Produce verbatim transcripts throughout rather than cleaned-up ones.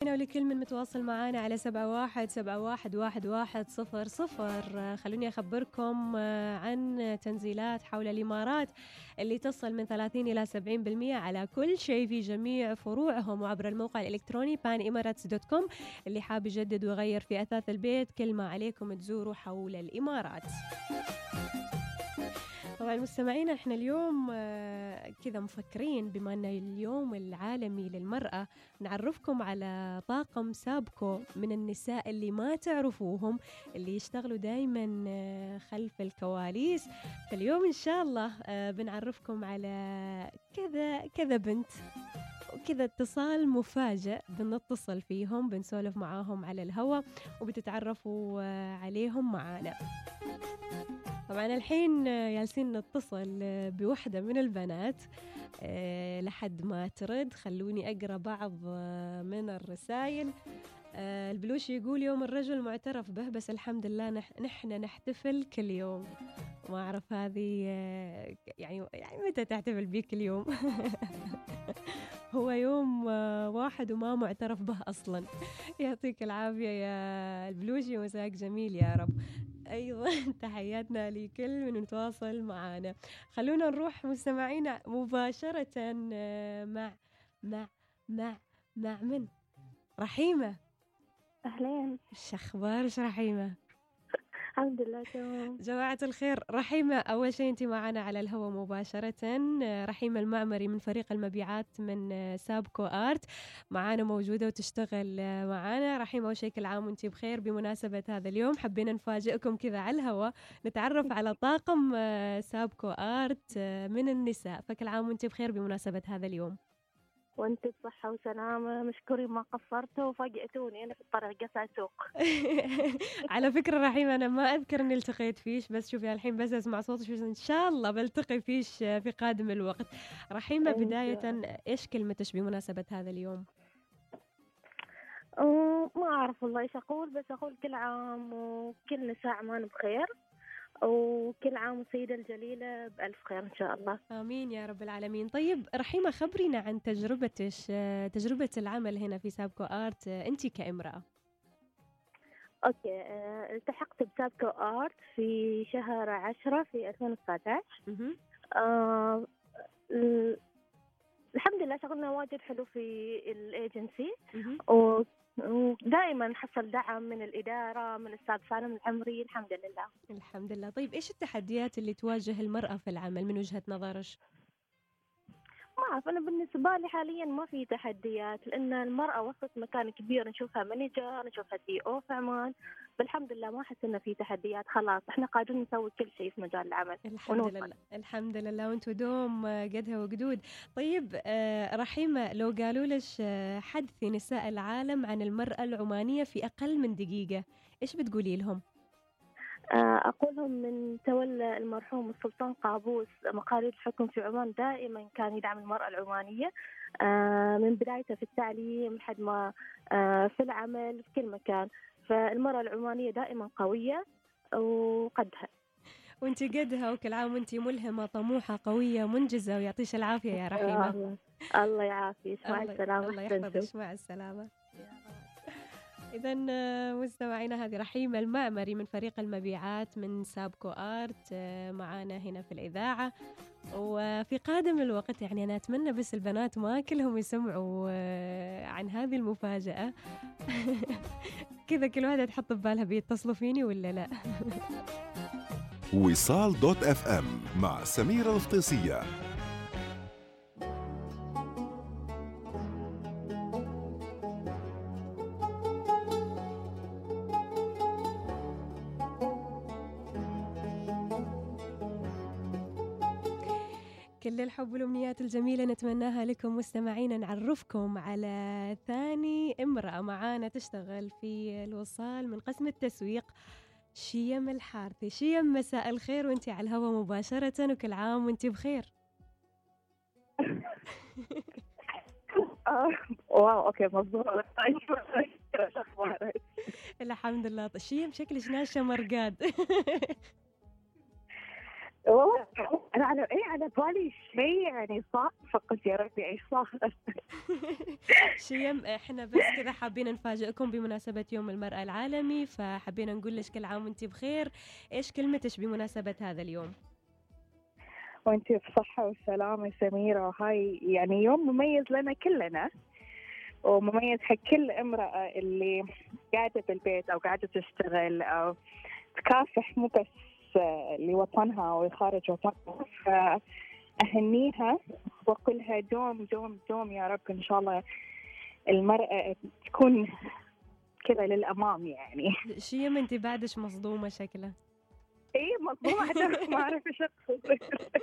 مستمعينا ولكل من متواصل معنا على سبعة واحد سبعة واحد واحد واحد صفر صفر. خلوني أخبركم عن تنزيلات حول الإمارات اللي تصل من ثلاثين إلى سبعين بالمئة على كل شيء في جميع فروعهم وعبر الموقع الإلكتروني بان إماراتس دوت كوم. اللي حاب يجدد ويغير في أثاث البيت كل ما عليكم تزوروا حول الإمارات. طبعا مستمعينا احنا اليوم كذا مفكرين بما أن اليوم العالمي للمرأة نعرفكم على طاقم سابكو من النساء اللي ما تعرفوهم، اللي يشتغلوا دايما خلف الكواليس. فاليوم إن شاء الله بنعرفكم على كذا كذا بنت وكذا اتصال مفاجئ بنتصل فيهم، بنسولف معاهم على الهواء وبتتعرفوا عليهم معانا. طبعا الحين جالسين نتصل بوحدة من البنات أه لحد ما ترد. خلوني أقرأ بعض من الرسائل. أه البلوشي يقول يوم الرجل معترف به، بس الحمد لله نح نحن نحتفل كل يوم. ما أعرف هذه أه يعني يعني متى تحتفل بيه كل يوم؟ هو يوم أه واحد وما معترف به أصلا. يعطيك العافية يا البلوشي، مساك جميل يا رب. أيضا تحياتنا لكل من نتواصل معنا. خلونا نروح مستمعينا مباشرة مع مع مع مع من؟ رحيمة. أهلين. إيش أخبار؟ إيش رحيمة؟ الحمد لله تمام. جماعة الخير، رحيمة أول شيء أنت معنا على الهواء مباشرة. رحيمة المعمري من فريق المبيعات من سابكو آرت معنا موجودة وتشتغل معنا. رحيمة أول شيء كل عام وأنت بخير. بمناسبة هذا اليوم حبينا نفاجئكم كذا على الهواء، نتعرف على طاقم سابكو آرت من النساء، فكل عام وأنت بخير بمناسبة هذا اليوم. وانت بصحة وسلامة، مشكورين ما قصرتوا وفاجئتوني أنا في الطريق قاعدة أسوق. على فكرة رحيم أنا ما أذكر إني التقيت فيش، بس شوفي الحين بس أسمع صوتك إن شاء الله بلتقي فيش في قادم الوقت. رحيمة بداية إيش كلمتش بمناسبة هذا اليوم؟ ما أعرف والله إيش أقول، بس أقول كل عام وكل نساء عمان بخير، وكل عام السيدة الجليلة بألف خير إن شاء الله. آمين يا رب العالمين. طيب رحيمة خبرينا عن تجربتك، تجربة العمل هنا في سابكو آرت أنت كامرأة. أوكي، أه، التحقت بسابكو آرت في شهر عشرة في ألفين وتسعة عشر. أه، الحمد لله شغلنا واجد حلو في الايجنسي، ودائما نحصل دعم من الإدارة من الأستاذ سالم العمري الحمد لله. الحمد لله. طيب إيش التحديات اللي تواجه المرأة في العمل من وجهة نظرك؟ ما أعرف، أنا بالنسبة لي حاليا ما في تحديات، لأن المرأة وصلت مكان كبير، نشوفها مانجر، نشوفها سي أو في عمان، بالحمد لله ما أحس إن في تحديات. خلاص إحنا قادرين نسوي كل شيء في مجال العمل. الحمد ونوصل. لله الحمد لله وأنتوا دوم قدها وقدود. طيب آه رحيمة، لو قالوا لش حدثي نساء العالم عن المرأة العمانية في أقل من دقيقة، إيش بتقولي لهم؟ أقولهم من تولى المرحوم السلطان قابوس مقاليد الحكم في عمان دائما كان يدعم المرأة العمانية، من بدايته في التعليم لحد ما في العمل في كل مكان. فالمرأة العمانية دائما قوية وقدها. وانت قدها، وكل عام وانت ملهمة طموحة قوية منجزة، ويعطيش العافية يا رحيمة. الله, الله يعافيك، مع السلامة. الله يحفظك، مع السلامة. إذا مستمعينا هذه رحيمة المعمري من فريق المبيعات من سابكو آرت معانا هنا في الإذاعة. وفي قادم الوقت يعني أنا أتمنى بس البنات ما كلهم يسمعوا عن هذه المفاجأة. كذا كل واحدة تحط ببالها بيتصلوا فيني ولا لا. وصال دوت اف ام مع سميرة الفطيسية. كل الحب والأمنيات الجميلة نتمناها لكم مستمعين. نعرفكم على ثاني امرأة معانا تشتغل في الوصال من قسم التسويق، شيم الحارثي. شيم مساء الخير وانت على الهواء مباشرة، وكل عام وانت بخير. واو اوكي مظبوط. الحمد لله. شيم شكلك ناشة مرقاد. والله انا على ايه على بالي شيء يعني صح، فقلت يا ربي ايش صار. شيم، احنا بس كذا حابين نفاجئكم بمناسبة يوم المرأة العالمي، فحبينا نقول لك كل عام وانت بخير. ايش كلمتش بمناسبة هذا اليوم؟ وانت بصحة وسلامة سميرة، هاي يعني يوم مميز لنا كلنا، ومميز حق كل امرأة اللي قاعدة بالبيت أو قاعدة تشتغل أو تكافح مو بس لوطنها أو خارج وطنها. فأهنيها وأقولها دوم دوم دوم يا رب، إن شاء الله المرأة تكون كذا للأمام يعني. شيم انت بعدش مصدومة شكله. ايه مظلومة حتى ما أعرف إيش أقصد.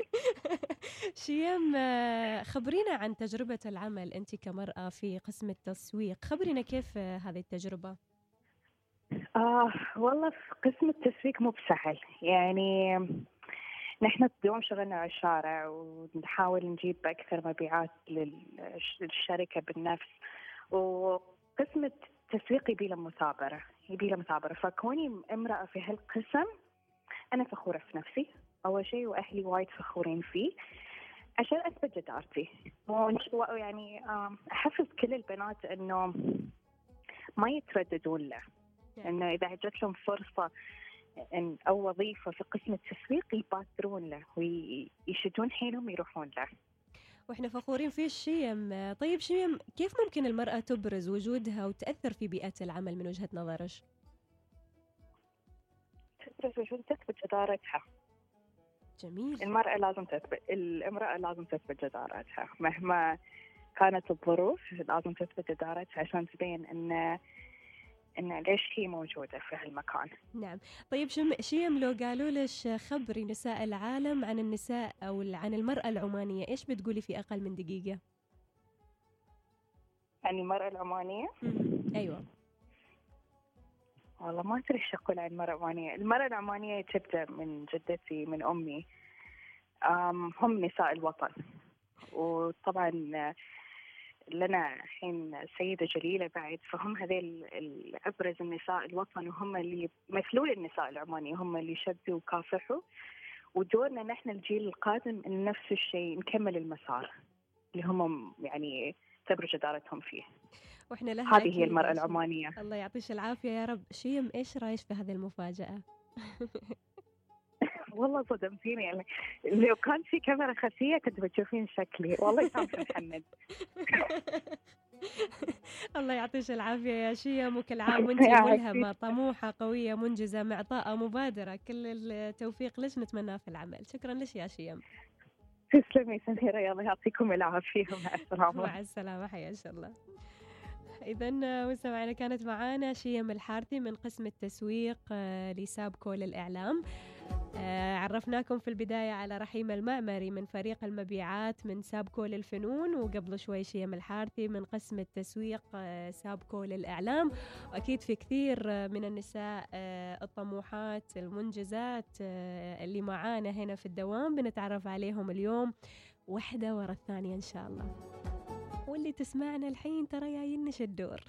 شيم، خبرينا عن تجربة العمل أنت كمرأة في قسم التسويق، خبرينا كيف هذه التجربة؟ آه والله في قسم التسويق مو بسهل يعني. نحن دوم شغلنا على الشارع ونحاول نجيب أكثر مبيعات للشركة بالنفس، وقسم التسويق يبي له مثابرة يبي له مثابرة. فكوني امرأة في هالقسم أنا فخورة في نفسي أول شيء، وأهلي وايد فخورين فيه عشان أثبت جدارتي. يعني أحفز كل البنات إنه ما يترددون له، إنه إذا جت لهم فرصة إن أو وظيفة في قسم التسويق يبادرون له ويشدون حيلهم يروحون له. وإحنا فخورين فيه شيم. طيب شيم، كيف ممكن المرأة تبرز وجودها وتأثر في بيئة العمل من وجهة نظرك؟ تبرز وجودها، تثبت جدارتها. جميل. المرأة لازم تثبت الامرأة لازم تثبت جدارتها مهما كانت الظروف، لازم تثبت جدارتها عشان تبين إن إن ليش هي موجودة في هالمكان. نعم. طيب شم شيم، لو قالوا لش خبري نساء العالم عن النساء أو عن المرأة العمانية، إيش بتقولي في أقل من دقيقة؟ عن المرأة العمانية؟ أيوة. والله ما أدري إيش أقول عن المرأة العمانية. المرأة العمانية تبدأ من جدتي من أمي، هم نساء الوطن. وطبعا لنا الحين سيدة جليلة بعد، فهم هذيل الأبرز النساء الوطن، وهم اللي مثلوا النساء العمانية، هم اللي شدوا وكافحوا. ودورنا نحن الجيل القادم إن نفس الشيء نكمل المسار اللي هم يعني تبرز جدارتهم فيه. واحنا لها هذه هي المرأة العمانية. الله يعطيش العافية يا رب. شيم، ايش رايش في هذه المفاجأة؟ والله صدمتيني يعني، لو كان في كاميرا خفية كنت بتشوفين شكلي، والله كان محمد. الله يعطيش العافية يا شيم، وكل عام وانت ملهمة طموحة قوية منجزة معطاءة مبادرة، كل التوفيق لش نتمناه في العمل. شكرا لش يا شيم. تسلمي سميرة، الله يعطيكم العافية، مع السلامة. مع السلامة، حيا الله. إذا مستمعينا كانت معانا شيم الحارثي من قسم التسويق لسابكو للإعلام. عرفناكم في البداية على رحيم المعمري من فريق المبيعات من سابكو للفنون، وقبل شوي شيم الحارثي من قسم التسويق سابكو للإعلام. وأكيد في كثير من النساء الطموحات المنجزات اللي معانا هنا في الدوام بنتعرف عليهم اليوم واحدة ورا الثانية إن شاء الله. واللي تسمعنا الحين ترى جاينش الدور.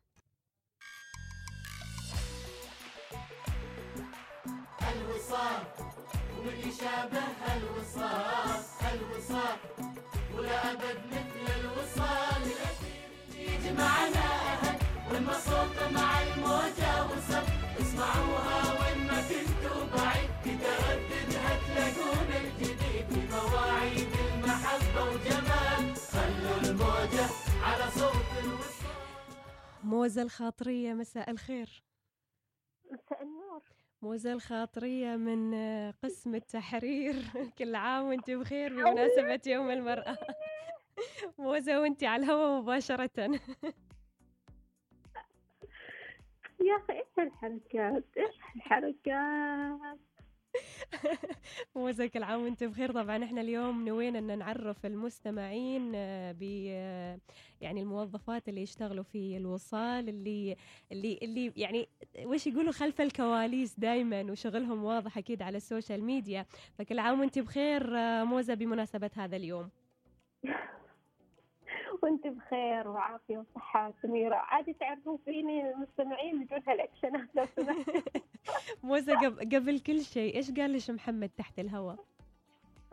الوصال ومن يشابه الوصال، الوصال ولا أبد مثل الوصال. يجمعنا أهل والمصوت مع الموجة وصل، اسمعوها وين ما كنتوا بعيد، ترددها تلاقون الجديد في مواعيد المحبة وجمال. خلوا الموجة على صوت الوصال. موزة الخاطرية، مساء الخير. مساء النور. موزة الخاطرية من قسم التحرير. كل عام وانت بخير بمناسبة يوم المرأة. موزة وانت على الهواء مباشرة. يا أخي إيش الحركات إيش الحركات. موزة كل عام وانت بخير. طبعا احنا اليوم نوينا ان نعرف المستمعين ب يعني الموظفات اللي يشتغلوا في الوصال، اللي اللي اللي يعني وش يقولوا خلف الكواليس دائما، وشغلهم واضح اكيد على السوشيال ميديا. فكل عام وانت بخير موزة بمناسبة هذا اليوم. وانت بخير وعافية وصحة سميرة. عادي تعرفوا فيني المستمعين بدون هالأكشنات لو سمحت. موزة قبل كل شيء ايش قال لش محمد تحت الهواء؟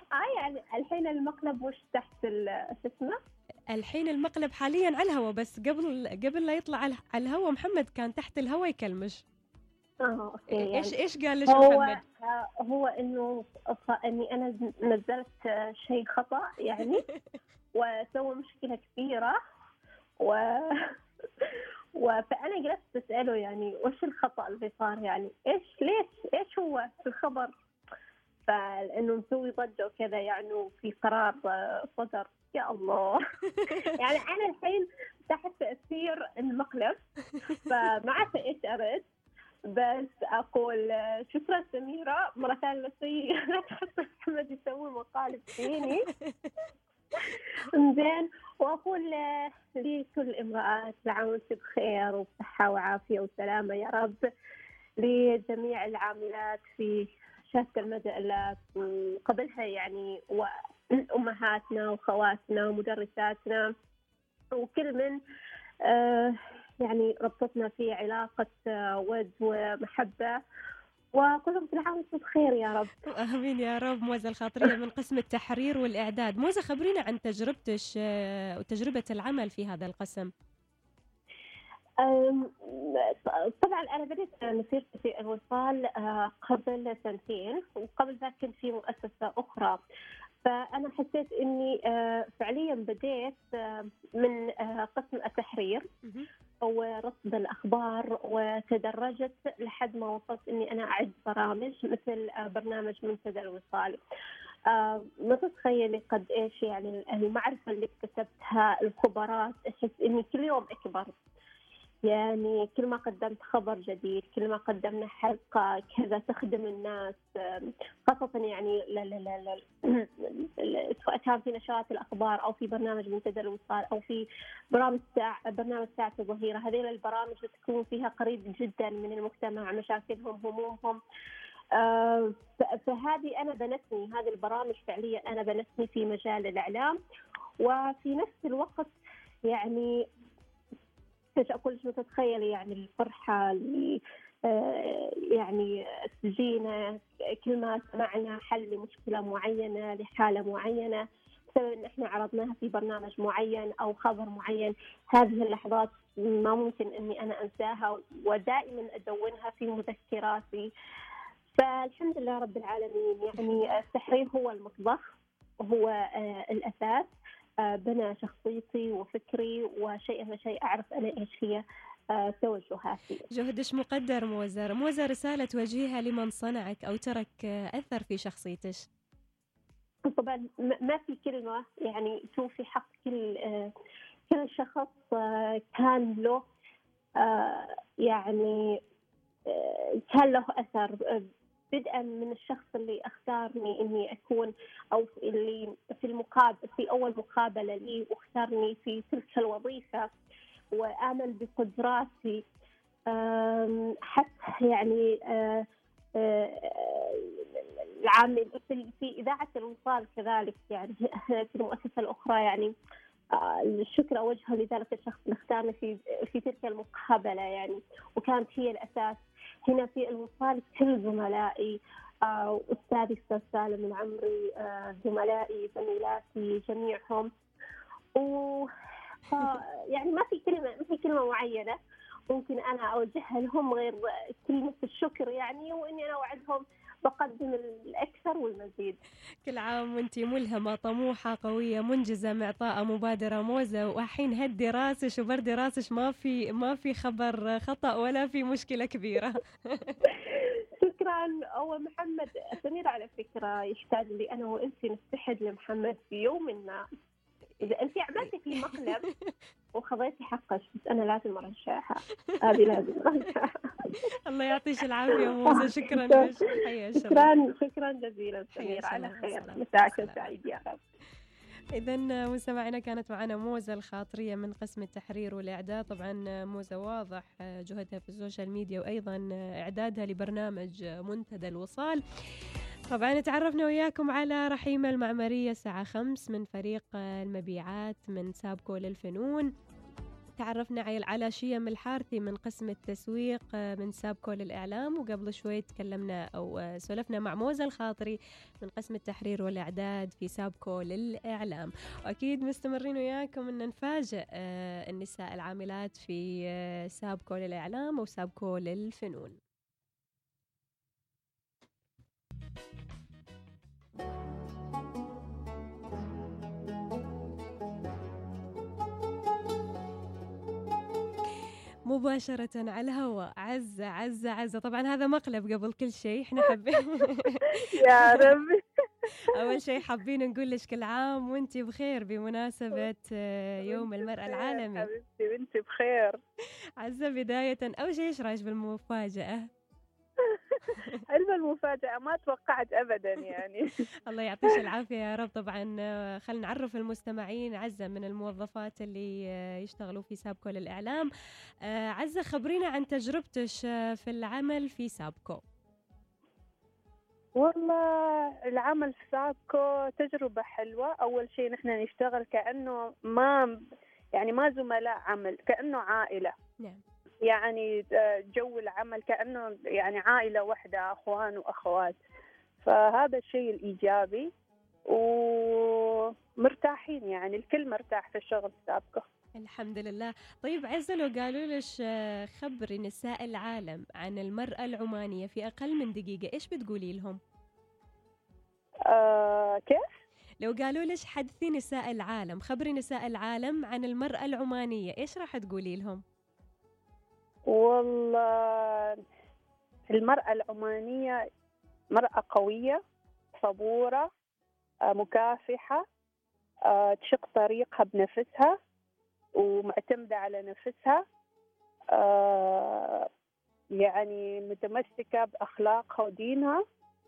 آه يعني الحين المقلب وش تحت شو اسمه؟ الحين المقلب حاليا على الهواء، بس قبل قبل لا يطلع على الهواء محمد كان تحت الهواء يكلمش. اه اوكي. يعني ايش ايش قال لك هو محمد؟ آه هو انه اني انا نزلت شيء خطأ يعني وسوى مشكلة كبيرة و فأنا جلست أسأله يعني وش الخطأ اللي صار، يعني إيش ليش إيش هو الخبر، فلأنه مسوي ضجة وكذا يعني وفي قرار صدر. يا الله. يعني أنا الحين تحت تأثير المقلب فما عارفة إيش أرد، بس أقول شكرا سميرة مرة ثانية، بس لا تحط محمد يسوي مقالب فيني. زين. وأقول لكل امرأة العام وانت بخير وبصحة وعافية وسلامة يا رب، لجميع العاملات في شاشة المجلات وقبلها يعني وأمهاتنا وخواتنا ومدرساتنا وكل من آه يعني ربطتنا في علاقة ود ومحبة، وكلهم كل عام وانتم بخير يا رب. امين يا رب. موزة الخاطرية من قسم التحرير والاعداد. موزة خبرينا عن تجربتك وتجربة العمل في هذا القسم. طبعا انا بديت مسيرتي في الوصال قبل سنتين، وقبل ذلك كنت في مؤسسة اخرى، فانا حسيت اني فعليا بديت من قسم التحرير ورصد الأخبار، وتدرجت لحد ما وصلت إني أنا أعد برامج مثل برنامج منتدى الوصال. آه ما تتخيلي قد إيش يعني المعرفة اللي اكتسبتها، الخبرات، أحس إني كل يوم أكبر. يعني كل ما قدمت خبر جديد، كل ما قدمنا حلقة كذا تخدم الناس، خاصة يعني لا لا لا لا سواء كان في نشرات الأخبار أو في برنامج منتدى الوصال أو في برامج ساعة برنامج ساعة الظهيرة. هذه البرامج تكون فيها قريب جدا من المجتمع، مشاكلهم، همومهم. آه فهذه أنا بنتني، هذه البرامج فعليا أنا بنتني في مجال الإعلام. وفي نفس الوقت يعني ايش اقول لك، تتخيلي يعني الفرحه اللي آه يعني تجينا كل ما سمعنا حل لمشكله معينه لحاله معينه بسبب ان احنا عرضناها في برنامج معين او خبر معين. هذه اللحظات ما ممكن اني انا انساها، ودائما ادونها في مذكراتي. فالحمد لله رب العالمين. يعني التحرير هو المطبخ، هو آه الاساس، بنى شخصيتي وفكري، وشيئا فشيء أعرف أنا إيش هي توجهاتي. جهدش مقدر موزة. موزة، رسالة توجهها لمن صنعك أو ترك أثر في شخصيتك. طبعا ما في كلمة يعني توفي حق كل كل شخص كان له يعني كان له أثر، بدءا من الشخص اللي اختارني اني اكون او اللي في المقابل في اول مقابله لي واختارني في تلك الوظيفه وامن بقدراتي، حتى يعني العامل في اذاعه الوصال كذلك يعني في المؤسسه الاخرى. يعني الشكر اوجهه لذلك الشخص اللي اختارني في في تلك المقابله يعني، وكانت هي الاساس. هنا في الوصال كل زملائي، آه، أستاذي أستاذ سالم العمري، آه، زملائي زميلاتي جميعهم، و يعني ما في كلمة ما في كلمة معينة ممكن أنا أوجهها لهم غير كلمة الشكر يعني، وإني أنا أوعدهم بقدم الأكثر والمزيد. كل عام وانتي ملهمة، طموحة، قوية، منجزة، معطاءة، مبادرة. موزة، وحين هدي راسش وبردي راسش، ما في ما في خبر خطأ ولا في مشكلة كبيرة. شكرا. أول محمد سمير على فكرة يحتاج لي أنا وأنت نستحد لمحمد في يوم ما. إذا أنت عملتي في مقلب وخذيتي حقك، بس أنا لازم أرجعها، هذه لازم أرجعها. الله يعطيك العافية موزة، شكرا لك. شكرا شكرا جزيلا سمير، على خير، مساك سعيد يا رب. إذا مستمعينا كانت معنا موزة الخاطرية من قسم التحرير والإعداد. طبعا موزة واضح جهدها في السوشيال ميديا وأيضا إعدادها لبرنامج منتدى الوصال. طبعا تعرفنا وياكم على رحيمة المعمرية الساعة خمس من فريق المبيعات من سابكو للفنون. تعرفنا على شيم الحارثي من قسم التسويق من سابكو للإعلام، وقبل شوي تكلمنا أو سولفنا مع موزة الخاطري من قسم التحرير والإعداد في سابكو للإعلام. وأكيد مستمرين وياكم أن نفاجئ النساء العاملات في سابكو للإعلام وسابكو للفنون. مباشرة على الهواء عزة عزة عزة. طبعا هذا مقلب قبل كل شيء، احنا حابين يا ربي. أول شيء حابين نقول لك كل عام وانتي بخير بمناسبة يوم المرأة العالمي. حبيبتي وانتي بخير. عزة بداية أول شيء ايش رايك بالمفاجأة؟ حلوة المفاجأة، ما توقعت أبدا يعني. الله يعطيك العافية يا رب. طبعا خلينا نعرف المستمعين، عزة من الموظفات اللي يشتغلوا في سابكو للإعلام. عزة خبرينا عن تجربتك في العمل في سابكو. والله العمل في سابكو تجربة حلوة. أول شيء نحن نشتغل كأنه ما يعني ما زملاء عمل، كأنه عائلة. نعم. يعني جو العمل كأنه يعني عائلة واحدة، أخوان وأخوات، فهذا الشيء الإيجابي ومرتاحين، يعني الكل مرتاح في الشغل سابقه. الحمد لله. طيب عزة، لو قالوا لش خبري نساء العالم عن المرأة العمانية في أقل من دقيقة، إيش بتقولي لهم؟ آه كيف؟ لو قالوا لش حدثي نساء العالم، خبري نساء العالم عن المرأة العمانية، إيش راح تقولي لهم؟ والله المرأة العمانية مرأة قوية، صبورة، مكافحة، تشق طريقها بنفسها ومعتمدة على نفسها، يعني متمسكة بأخلاقها ودينها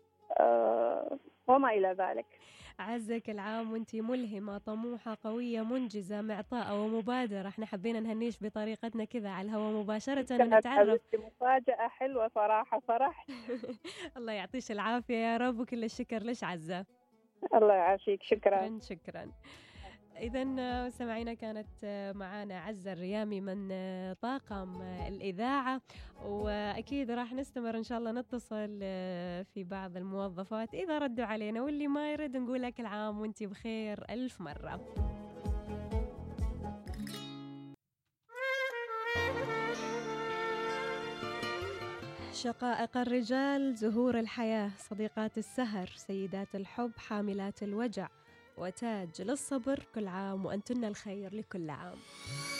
وما إلى ذلك. أعزك العام وانتي ملهمة، طموحة، قوية، منجزة، معطاءة ومبادرة. احنا حبينا نهنيش بطريقتنا كذا على الهواء مباشرة ونتعرف. مفاجأة حلوة صراحة، فرح. الله يعطيش العافية يا رب، وكل الشكر لش عزة. الله يعافيك. شكرا شكرا, شكرا. إذا مستمعينا كانت معنا عزة الريامي من طاقم الإذاعة، وأكيد راح نستمر إن شاء الله نتصل في بعض الموظفات إذا ردوا علينا، واللي ما يرد نقول لك العام وانتي بخير ألف مرة. شقائق الرجال، زهور الحياة، صديقات السهر، سيدات الحب، حاملات الوجع، وتاج للصبر. كل عام وأنتن الخير لكل عام.